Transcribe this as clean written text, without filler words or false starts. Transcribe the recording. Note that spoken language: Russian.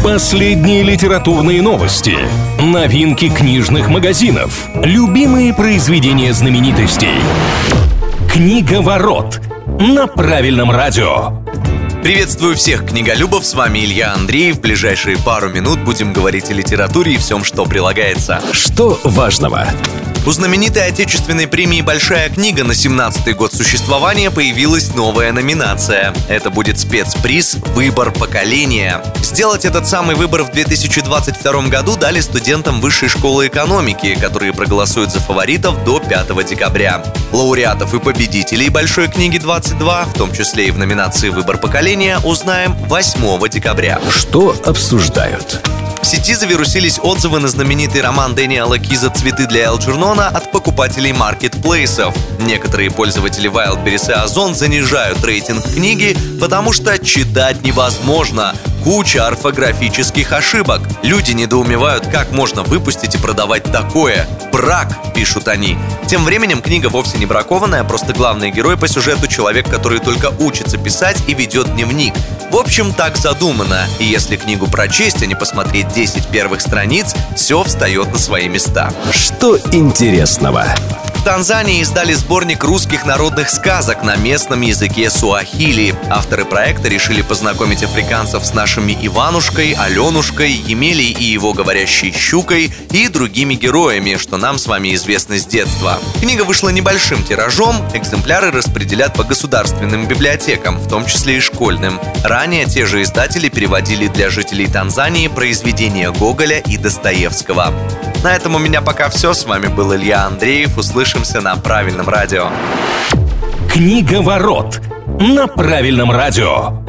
Последние литературные новости, новинки книжных магазинов, любимые произведения знаменитостей. Книговорот на Правильном радио. Приветствую всех книголюбов, с вами Илья Андреев. В ближайшие пару минут будем говорить о литературе и всем, что прилагается. Что важного? У знаменитой отечественной премии «Большая книга» на 17-й год существования появилась новая номинация. Это будет спецприз «Выбор поколения». Сделать этот самый выбор в 2022 году дали студентам Высшей школы экономики, которые проголосуют за фаворитов до 5 декабря. Лауреатов и победителей «Большой книги 22», в том числе и в номинации «Выбор поколения», узнаем 8 декабря. Что обсуждают? В сети завирусились отзывы на знаменитый роман Дэниела Киза «Цветы для Элджернона» от покупателей маркетплейсов. Некоторые пользователи Wildberries и Озон занижают рейтинг книги, потому что читать невозможно. Куча орфографических ошибок. Люди недоумевают, как можно выпустить и продавать такое. Брак, пишут они. Тем временем книга вовсе не бракованная, просто главный герой по сюжету — человек, который только учится писать и ведет дневник. В общем, так задумано. И если книгу прочесть, а не посмотреть 10 первых страниц, все встает на свои места. Что интересного? В Танзании издали сборник русских народных сказок на местном языке суахили. Авторы проекта решили познакомить африканцев с нашими Иванушкой, Аленушкой, Емелей и его говорящей щукой и другими героями, что нам с вами известно с детства. Книга вышла небольшим тиражом, экземпляры распределят по государственным библиотекам, в том числе и школьным. Ранее те же издатели переводили для жителей Танзании произведения Гоголя и Достоевского. На этом у меня пока все. С вами был Илья Андреев. Услышимся на Правильном радио. Книговорот на Правильном радио.